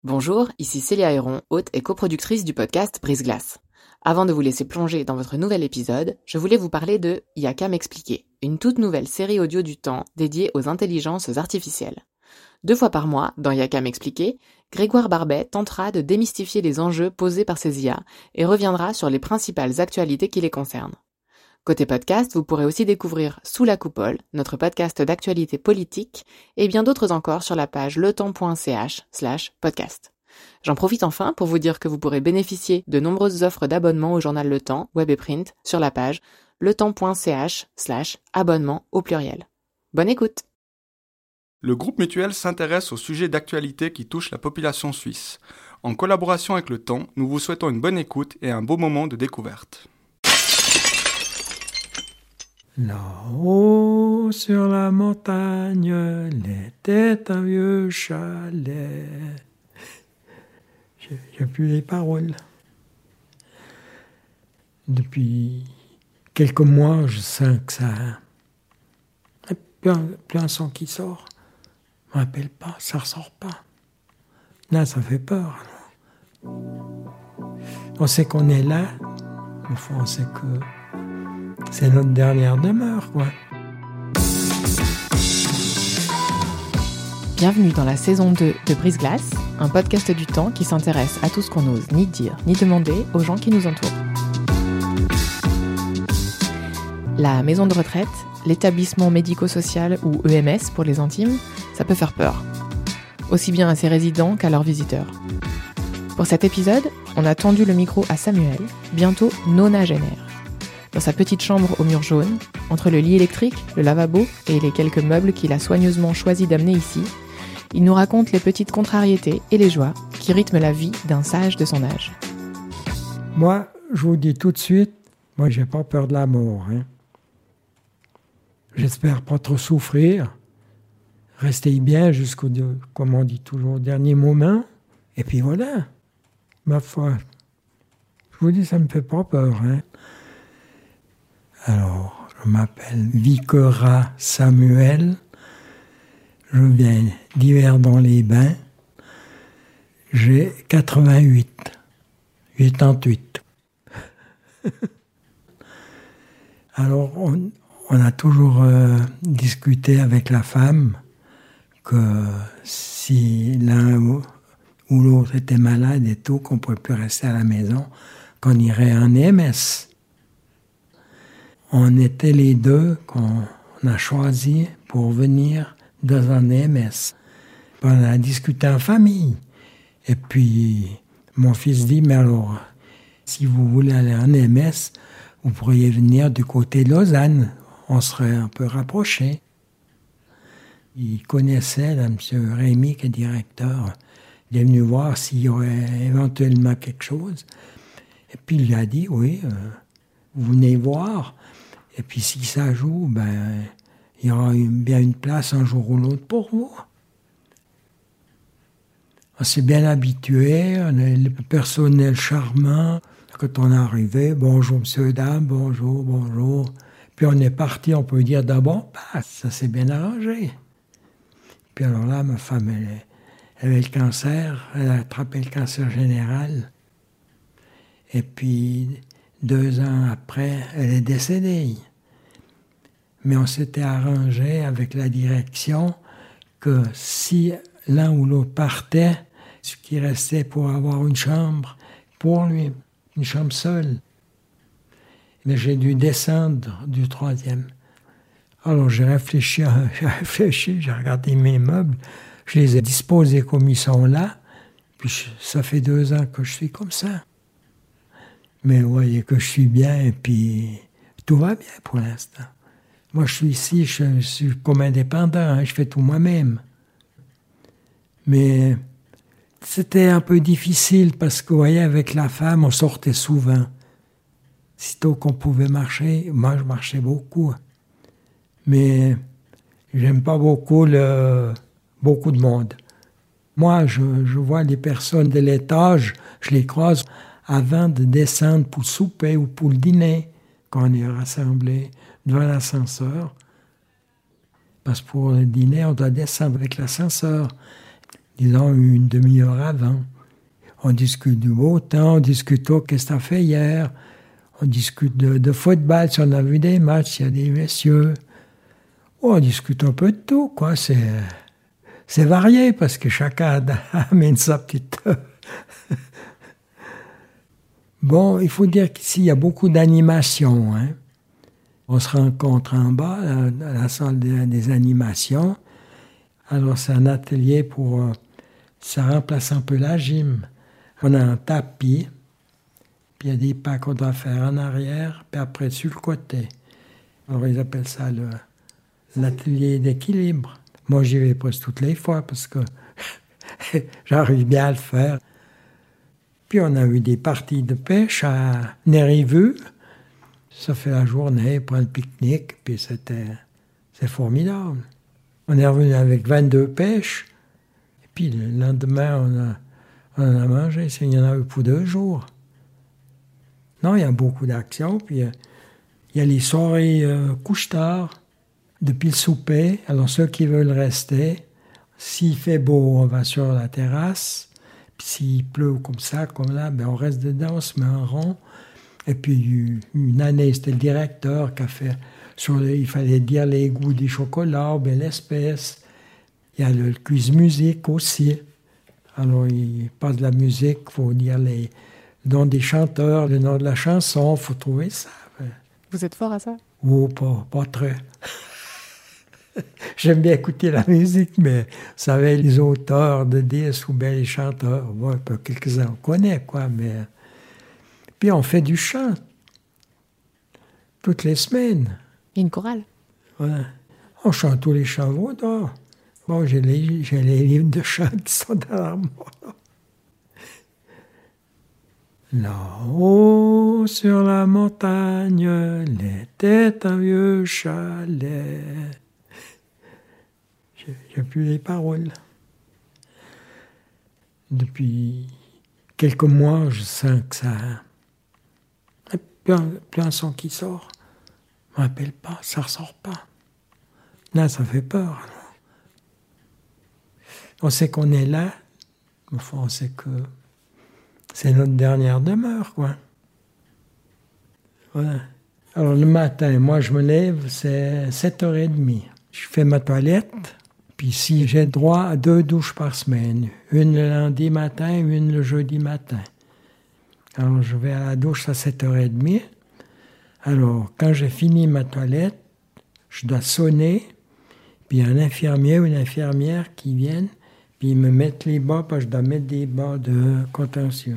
Bonjour, ici Célia Héron, hôte et coproductrice du podcast Brise-Glace. Avant de vous laisser plonger dans votre nouvel épisode, je voulais vous parler de Y'a qu'à m'expliquer, une toute nouvelle série audio du temps dédiée aux intelligences artificielles. 2 fois par mois, dans Y'a qu'à m'expliquer, Grégoire Barbet tentera de démystifier les enjeux posés par ces IA et reviendra sur les principales actualités qui les concernent. Côté podcast, vous pourrez aussi découvrir Sous la coupole, notre podcast d'actualité politique, et bien d'autres encore sur la page letemps.ch/podcast. J'en profite enfin pour vous dire que vous pourrez bénéficier de nombreuses offres d'abonnement au journal Le Temps, web et print, sur la page letemps.ch/abonnement au pluriel. Bonne écoute! Le groupe Mutuel s'intéresse aux sujets d'actualité qui touchent la population suisse. En collaboration avec Le Temps, nous vous souhaitons une bonne écoute et un beau moment de découverte. Là-haut sur la montagne, était un vieux chalet. J'ai plus les paroles. Depuis quelques mois, je sens que ça... Plus un son qui sort. Je ne me rappelle pas, ça ne ressort pas. Là, ça fait peur. On sait qu'on est là, au fond, on sait que c'est notre dernière demeure, quoi. Bienvenue dans la saison 2 de Brise-Glace, un podcast du temps qui s'intéresse à tout ce qu'on n'ose ni dire ni demander aux gens qui nous entourent. La maison de retraite, l'établissement médico-social ou EMS pour les intimes, ça peut faire peur. Aussi bien à ses résidents qu'à leurs visiteurs. Pour cet épisode, on a tendu le micro à Samuel, bientôt nonagénaire. Dans sa petite chambre au mur jaune, entre le lit électrique, le lavabo et les quelques meubles qu'il a soigneusement choisi d'amener ici, il nous raconte les petites contrariétés et les joies qui rythment la vie d'un sage de son âge. Moi, je vous dis tout de suite, moi j'ai pas peur de la mort. J'espère pas trop souffrir, rester bien jusqu'au, comme on dit toujours, dernier moment. Et puis voilà, ma foi, je vous dis, ça me fait pas peur. Alors, je m'appelle Vicora Samuel, je viens d'Yverdon-les-Bains, j'ai 88. Alors, on a toujours discuté avec la femme que si l'un ou l'autre était malade et tout, qu'on ne pouvait plus rester à la maison, qu'on irait en EMS. On était les deux qu'on a choisi pour venir dans un EMS. On a discuté en famille. Et puis, mon fils dit, mais alors, si vous voulez aller en EMS, vous pourriez venir du côté de Lausanne. On serait un peu rapprochés. Il connaissait là, M. Rémy, qui est directeur. Il est venu voir s'il y aurait éventuellement quelque chose. Et puis, il lui a dit, oui, vous venez voir. Et puis, si ça joue, il y aura bien une place un jour ou l'autre pour vous. On s'est bien habitué, on a le personnel charmant. Quand on est arrivé, bonjour monsieur, dame, bonjour. Puis on est parti, on peut dire d'abord, ça s'est bien arrangé. Puis alors là, ma femme, elle avait le cancer, elle a attrapé le cancer général. Et puis, 2 ans après, elle est décédée. Mais on s'était arrangé avec la direction que si l'un ou l'autre partait, ce qui restait pour avoir une chambre pour lui, une chambre seule. Mais j'ai dû descendre du 3e. Alors j'ai réfléchi, j'ai regardé mes meubles, je les ai disposés comme ils sont là, puis ça fait 2 ans que je suis comme ça. Mais vous voyez que je suis bien et puis tout va bien pour l'instant. Moi je suis ici, je suis comme indépendant, je fais tout moi-même. Mais c'était un peu difficile parce que vous voyez, avec la femme, on sortait souvent. Sitôt qu'on pouvait marcher, moi je marchais beaucoup. Mais j'aime pas beaucoup beaucoup de monde. Moi, je vois les personnes de l'étage, je les croise avant de descendre pour souper ou pour le dîner, quand on est rassemblés devant l'ascenseur. Parce que pour le dîner, on doit descendre avec l'ascenseur. disons une demi-heure avant. On discute du beau temps, on discute qu'est-ce que tu as fait hier, on discute de football, si on a vu des matchs, il y a des messieurs. On discute un peu de tout, quoi. C'est varié parce que chacun amène sa petite... Bon, il faut dire qu'ici, il y a beaucoup d'animations. Hein. On se rencontre en bas, à la salle des animations. Alors, c'est un atelier pour... ça remplace un peu la gym. On a un tapis, puis il y a des pas qu'on doit faire en arrière, puis après sur le côté. Alors, ils appellent ça l'atelier d'équilibre. Moi, j'y vais presque toutes les fois parce que j'arrive bien à le faire. Puis on a eu des parties de pêche à Nérivu. Ça fait la journée pour un pique-nique, puis c'est formidable. On est revenu avec 22 pêches, et puis le lendemain, on en a mangé. Il y en a eu pour 2 jours. Non, il y a beaucoup d'actions, puis il y a les soirées couche-tard, depuis le souper. Alors ceux qui veulent rester, s'il fait beau, on va sur la terrasse. Puis s'il pleut comme ça, comme là, ben on reste dedans, on se met en rond. Et puis une année, c'était le directeur qui a fait, il fallait dire les goûts des chocolats, ben l'espèce. Il y a le quiz musique aussi. Alors il passe de la musique, il faut dire le nom des chanteurs, le nom de la chanson, il faut trouver ça. Vous êtes fort à ça? Oh, pas très. J'aime bien écouter la musique, mais vous savez, les auteurs de disques ou bien les chanteurs, bon, quelques-uns on connaît, quoi, mais... Puis on fait du chant, toutes les semaines. Et une chorale? Ouais. On chante tous les chants vaudois. Bon, j'ai les livres de chant qui sont dans l'armoire. Là-haut sur la montagne, était un vieux chalet. J'ai plus les paroles. Depuis quelques mois, je sens que ça... Plus un son qui sort. Je ne me rappelle pas, ça ne ressort pas. Là, ça fait peur. Alors. On sait qu'on est là, enfin, on sait que c'est notre dernière demeure, quoi. Voilà. Alors, le matin, moi, je me lève, c'est 7h30. Je fais ma toilette. Puis si j'ai droit à 2 douches par semaine, une le lundi matin, une le jeudi matin. Alors je vais à la douche à 7h30. Alors quand j'ai fini ma toilette, je dois sonner, puis il y a un infirmier ou une infirmière qui viennent, puis ils me mettent les bas, parce que je dois mettre des bas de contention.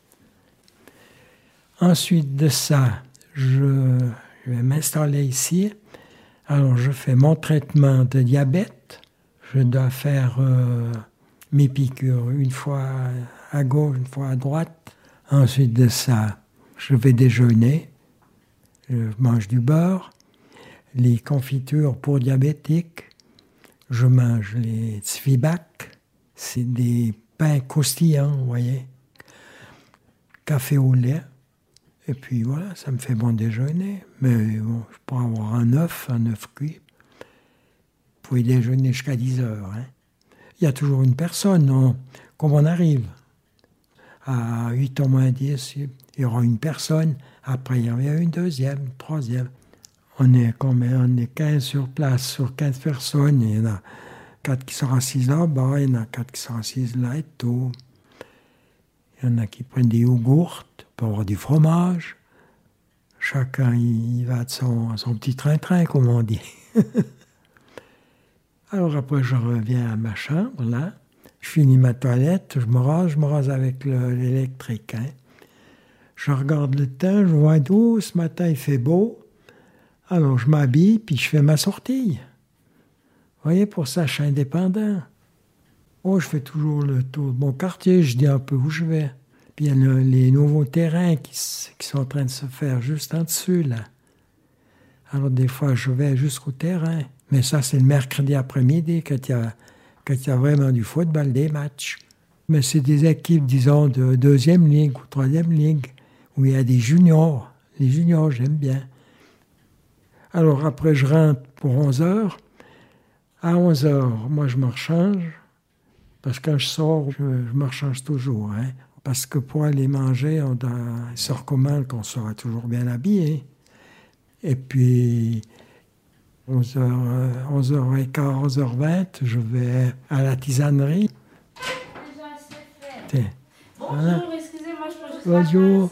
Ensuite de ça, je vais m'installer ici. Alors je fais mon traitement de diabète. Je dois faire mes piqûres une fois à gauche, une fois à droite. Ensuite de ça, je vais déjeuner. Je mange du beurre, les confitures pour diabétiques. Je mange les Tsvibac. C'est des pains croustillants, vous voyez. Café au lait. Et puis voilà, ça me fait bon déjeuner. Mais bon, je pourrais avoir un œuf cuit. Vous pouvez déjeuner jusqu'à 10 heures. Hein. Il y a toujours une personne, non? Comme on arrive. À 8h moins 10, il y aura une personne. Après, il y en a une deuxième, une troisième. On est 15 sur place, sur 15 personnes. Il y en a 4 qui sont assises là-bas, il y en a 4 qui sont assises là et tout. Il y en a qui prennent des yogourts pour avoir du fromage. Chacun, il va de son petit train-train, comme on dit. Alors après, je reviens à ma chambre, là. Je finis ma toilette, je me rase avec l'électrique. Hein. Je regarde le temps, je vois d'où, ce matin il fait beau. Alors je m'habille, puis je fais ma sortie. Vous voyez, pour ça, je suis indépendant. Oh, je fais toujours le tour de mon quartier, je dis un peu où je vais. Puis il y a les nouveaux terrains qui sont en train de se faire juste en dessus, là. Alors des fois, je vais jusqu'au terrain. Mais ça, c'est le mercredi après-midi, quand il y a vraiment du football, des matchs. Mais c'est des équipes, disons, de 2e ligue ou 3e ligue, où il y a des juniors. Les juniors, j'aime bien. Alors après, je rentre pour 11h. À 11h, moi, je me rechange. Parce que quand je sors, je me rechange toujours. Hein. Parce que pour aller manger, on se recommande qu'on soit toujours bien habillé. Et puis, 11h15, 11h20, je vais à la tisanerie. Bonjour, voilà. Excusez-moi, je peux juste Bonjour.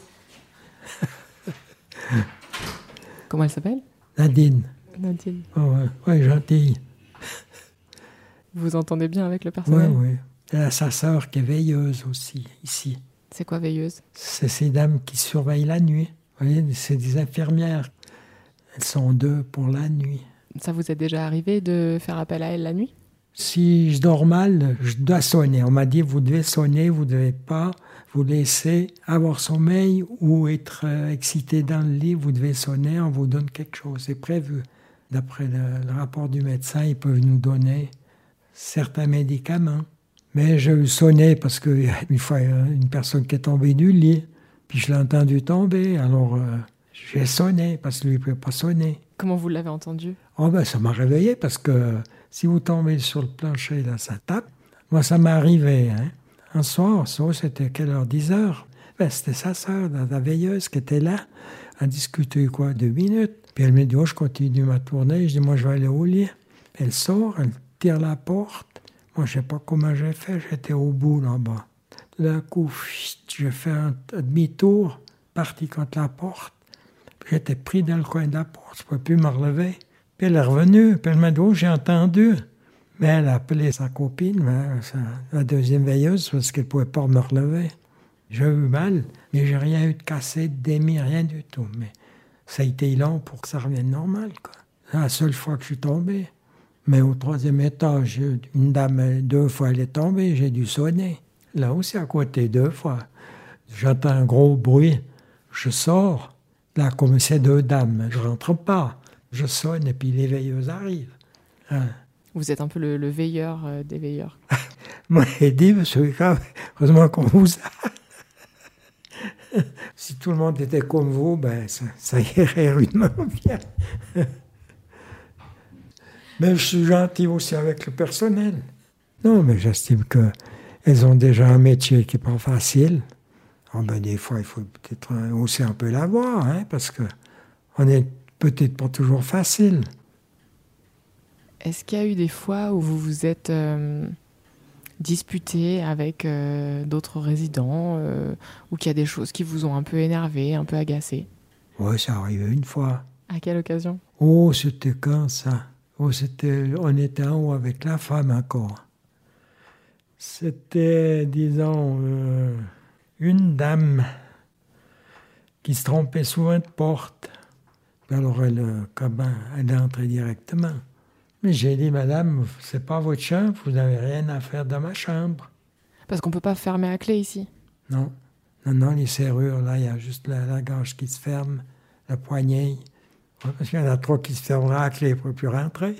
Comment elle s'appelle? Nadine. Nadine. Oh, ouais, gentille. Vous vous entendez bien avec le Oui, personnel? oui. Elle a sa sœur qui est veilleuse aussi, ici. C'est quoi veilleuse? C'est ces dames qui surveillent la nuit. Vous voyez, c'est des infirmières. Elles sont 2 pour la nuit. Ça vous est déjà arrivé de faire appel à elle la nuit? Si je dors mal, je dois sonner. On m'a dit, vous devez sonner, vous ne devez pas vous laisser avoir sommeil ou être excité dans le lit. Vous devez sonner, on vous donne quelque chose. C'est prévu. D'après le rapport du médecin, ils peuvent nous donner certains médicaments. Mais j'ai eu sonné parce qu'une fois, une personne qui est tombée du lit, puis je l'ai entendu tomber. Alors, j'ai sonné parce que lui ne pouvait pas sonner. Comment vous l'avez entendu? Oh ben, ça m'a réveillé parce que si vous tombez sur le plancher, là, ça tape. Moi, ça m'est arrivé. Hein. Un soir, c'était quelle heure? 10 heures. Ben, c'était sa sœur, la veilleuse, qui était là. On discutait 2 minutes. Puis elle me dit, je continue ma tournée. Je dis, moi, je vais aller au lit. Elle sort, elle tire la porte. Moi, je ne sais pas comment j'ai fait. J'étais au bout, là-bas. Tout d'un coup, j'ai fait un demi-tour, parti contre la porte. Puis j'étais pris dans le coin de la porte. Je ne pouvais plus me relever. Puis elle est revenue. Puis elle m'a dit, j'ai entendu. Mais elle a appelé sa copine, la deuxième veilleuse, parce qu'elle ne pouvait pas me relever. J'ai eu mal, mais j'ai rien eu de cassé, de démis, rien du tout. Mais ça a été long pour que ça revienne normal, quoi. C'est la seule fois que je suis tombé. Mais au 3e étage, une dame, 2 fois, elle est tombée, j'ai dû sonner. Là aussi, à côté, 2 fois. J'entends un gros bruit, je sors. Là, comme c'est 2 dames, je rentre pas. Je sonne et puis les veilleuses arrivent. Hein. Vous êtes un peu le veilleur des veilleurs. Moi, j'ai dit, monsieur Grave, heureusement qu'on vous a. Si tout le monde était comme vous, ben, ça irait rudement bien. Mais je suis gentil aussi avec le personnel. Non, mais j'estime qu'elles ont déjà un métier qui n'est pas facile. Oh, ben, des fois, il faut peut-être aussi un peu l'avoir, hein, parce qu'on n'est peut-être pas toujours facile. Est-ce qu'il y a eu des fois où vous vous êtes disputé avec d'autres résidents ou qu'il y a des choses qui vous ont un peu énervé, un peu agacé? Oui, ça arrivait une fois. À quelle occasion? Oh, c'était quand ça? Oh, on était en haut avec la femme encore. C'était, disons, une dame qui se trompait souvent de porte. Alors, elle est entrée directement. Mais j'ai dit, madame, c'est pas votre chambre, vous n'avez rien à faire dans ma chambre. Parce qu'on ne peut pas fermer à clé ici. Non, les serrures, là, il y a juste la gorge qui se ferme, la poignée. Ouais, parce qu'il y en a 3 qui se fermera à clé, il ne peut plus rentrer.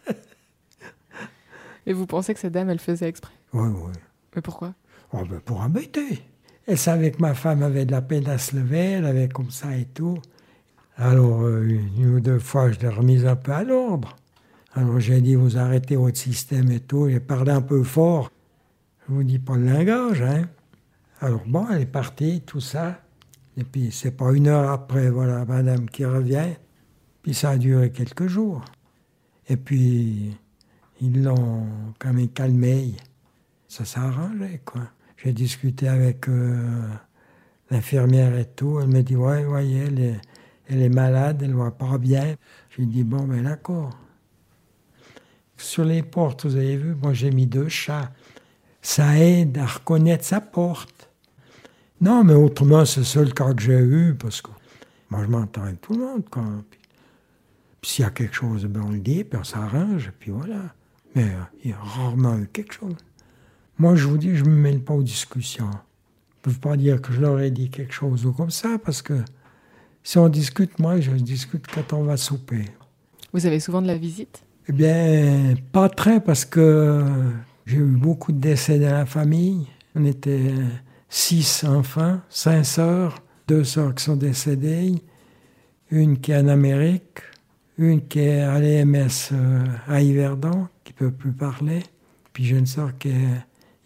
Et vous pensez que cette dame, elle faisait exprès? Oui. Mais pourquoi? Oh, ben pour embêter. Elle savait que ma femme avait de la peine à se lever, elle avait comme ça et tout. Alors, 1 ou 2 fois, je l'ai remise un peu à l'ordre. Alors, j'ai dit, vous arrêtez votre système et tout. J'ai parlé un peu fort. Je vous dis pas le langage, hein. Alors, bon, elle est partie, tout ça. Et puis, c'est pas 1 heure après, voilà, madame qui revient. Puis, ça a duré quelques jours. Et puis, ils l'ont quand même calmé. Ça s'est arrangé, quoi. J'ai discuté avec l'infirmière et tout. Elle m'a dit, ouais, voyez, elle est malade, elle ne va pas bien. J'ai dit, bon, ben d'accord. Sur les portes, vous avez vu, moi j'ai mis 2 chats. Ça aide à reconnaître sa porte. Non, mais autrement, c'est ça le cas que j'ai eu, parce que moi je m'entends avec tout le monde. Puis s'il y a quelque chose, ben on le dit, puis on s'arrange, puis voilà. Mais il y a rarement eu quelque chose. Moi, je vous dis, je ne me mêle pas aux discussions. Je ne peux pas dire que je leur ai dit quelque chose ou comme ça, parce que si on discute, moi, je discute quand on va souper. Vous avez souvent de la visite? Eh bien, pas très, parce que j'ai eu beaucoup de décès dans la famille. On était 6 enfants, 5 sœurs, 2 sœurs qui sont décédées, une qui est en Amérique, une qui est à l'EMS à Yverdon, qui ne peut plus parler, puis j'ai une sœur qui est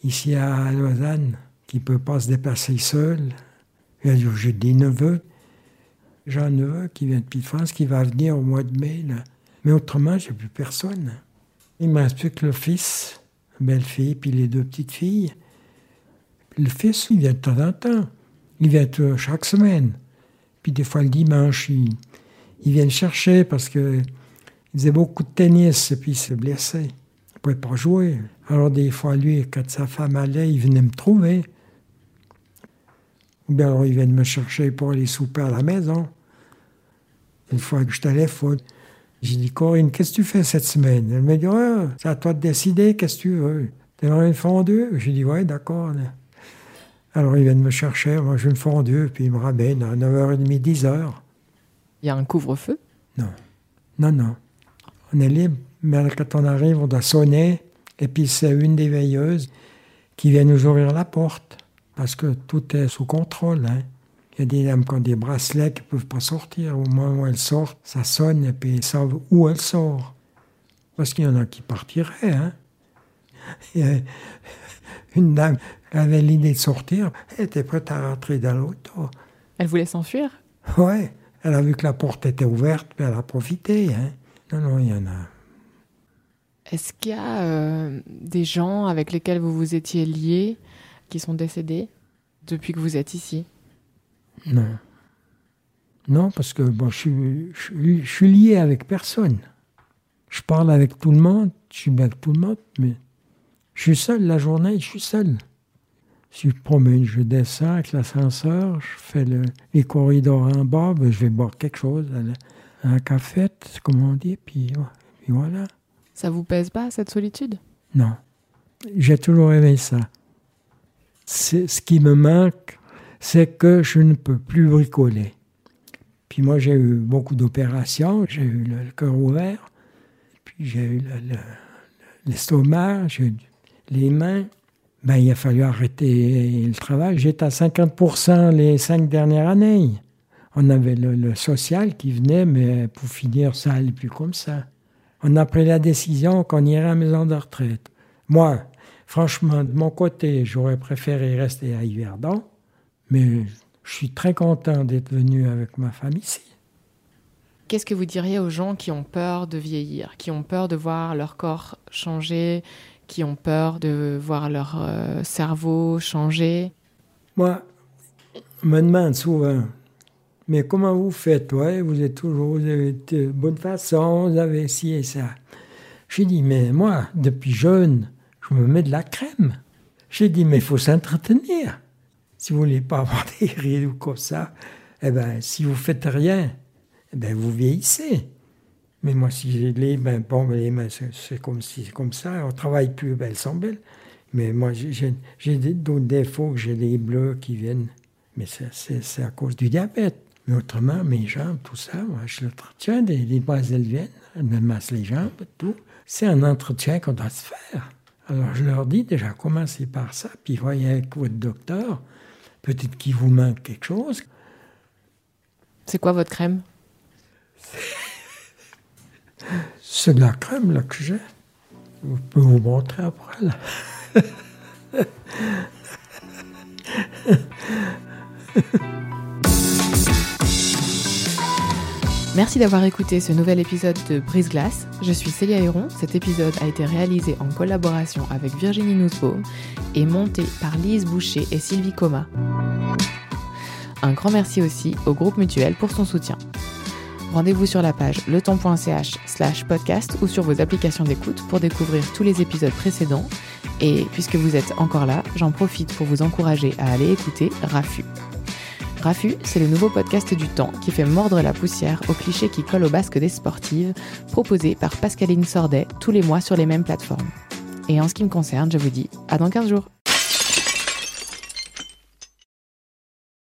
ici à Lausanne, qui ne peut pas se déplacer seul. J'ai des neveux. J'ai un neveu qui vient de Petite-France, qui va venir au mois de mai. Là. Mais autrement, j'ai plus personne. Il ne me reste plus que le fils, la belle-fille, puis les 2 petites filles. Puis le fils, il vient de temps en temps. Il vient chaque semaine. Puis des fois, le dimanche, il vient me chercher parce qu'il faisait beaucoup de tennis et puis il s'est blessé. Il ne pouvait pas jouer. Alors des fois, lui, quand sa femme allait, il venait me trouver. Ou bien alors, il vient me chercher pour aller souper à la maison. Une fois que je téléphone, j'ai dit, Corinne, qu'est-ce que tu fais cette semaine? Elle me dit, c'est à toi de décider, qu'est-ce que tu veux? T'aimerais une fondue? J'ai dit, ouais, d'accord. Alors, ils viennent me chercher, moi j'ai une fondue, puis ils me ramènent à 9h30, 10h. Il y a un couvre-feu? Non. On est libre, mais quand on arrive, on doit sonner, et puis c'est une des veilleuses qui vient nous ouvrir la porte, parce que tout est sous contrôle. Hein. Il y a des dames qui ont des bracelets qui ne peuvent pas sortir. Au moment où elles sortent, ça sonne, et puis ils savent où elles sortent. Parce qu'il y en a qui partiraient. Hein. Il y a une dame qui avait l'idée de sortir, elle était prête à rentrer dans l'auto. Elle voulait s'enfuir? Oui, elle a vu que la porte était ouverte, puis elle a profité. Hein. Non, il y en a. Est-ce qu'il y a des gens avec lesquels vous vous étiez liés qui sont décédés depuis que vous êtes ici? Non. Non, parce que je suis lié avec personne. Je parle avec tout le monde, je suis bien avec tout le monde, mais je suis seul la journée, je suis seul. Si je promène, je descends avec l'ascenseur, je fais les corridors en bas, je vais boire quelque chose, à la cafette, comme on dit, puis voilà. Ça vous pèse pas, cette solitude? Non. J'ai toujours aimé ça. Ce qui me manque, c'est que je ne peux plus bricoler. Puis moi, j'ai eu beaucoup d'opérations, j'ai eu le cœur ouvert, puis j'ai eu l'estomac, j'ai eu les mains. Il a fallu arrêter le travail. J'étais à 50% les 5 dernières années. On avait le social qui venait, mais pour finir, ça n'allait plus comme ça. On a pris la décision qu'on irait à la maison de retraite. Moi, franchement, de mon côté, j'aurais préféré rester à Yverdon, mais je suis très content d'être venu avec ma femme ici. Qu'est-ce que vous diriez aux gens qui ont peur de vieillir, qui ont peur de voir leur corps changer, qui ont peur de voir leur cerveau changer? Moi, on me demande souvent, mais comment vous faites? Ouais, vous êtes toujours, vous avez de bonne façon, vous avez ci et ça. J'ai dit, mais moi, depuis jeune, je me mets de la crème. J'ai dit, mais il faut s'entretenir. Si vous ne voulez pas avoir des rides ou comme ça, si vous ne faites rien, vous vieillissez. Mais moi, si j'ai les mains, les mains, c'est comme ça, on ne travaille plus, elles sont belles. Mais moi, j'ai d'autres défauts, j'ai les bleus qui viennent. Mais c'est à cause du diabète. Mais autrement, mes jambes, tout ça, moi, je l'entretiens, les bras, elles viennent, elles me massent les jambes, tout. C'est un entretien qu'on doit se faire. Alors, je leur dis déjà, commencez par ça, puis voyez avec votre docteur, peut-être qu'il vous manque quelque chose. C'est quoi votre crème? C'est de la crème là, que j'ai. Je peux vous montrer après. Là. Merci d'avoir écouté ce nouvel épisode de Brise-Glace. Je suis Célia Héron. Cet épisode a été réalisé en collaboration avec Virginie Nussbaum et monté par Lise Boucher et Sylvie Coma. Un grand merci aussi au groupe Mutuel pour son soutien. Rendez-vous sur la page letemps.ch/podcast ou sur vos applications d'écoute pour découvrir tous les épisodes précédents. Et puisque vous êtes encore là, j'en profite pour vous encourager à aller écouter Raffut. Raffut, c'est le nouveau podcast du Temps qui fait mordre la poussière aux clichés qui collent au basque des sportives, proposé par Pascaline Sordet tous les mois sur les mêmes plateformes. Et en ce qui me concerne, je vous dis à dans 15 jours.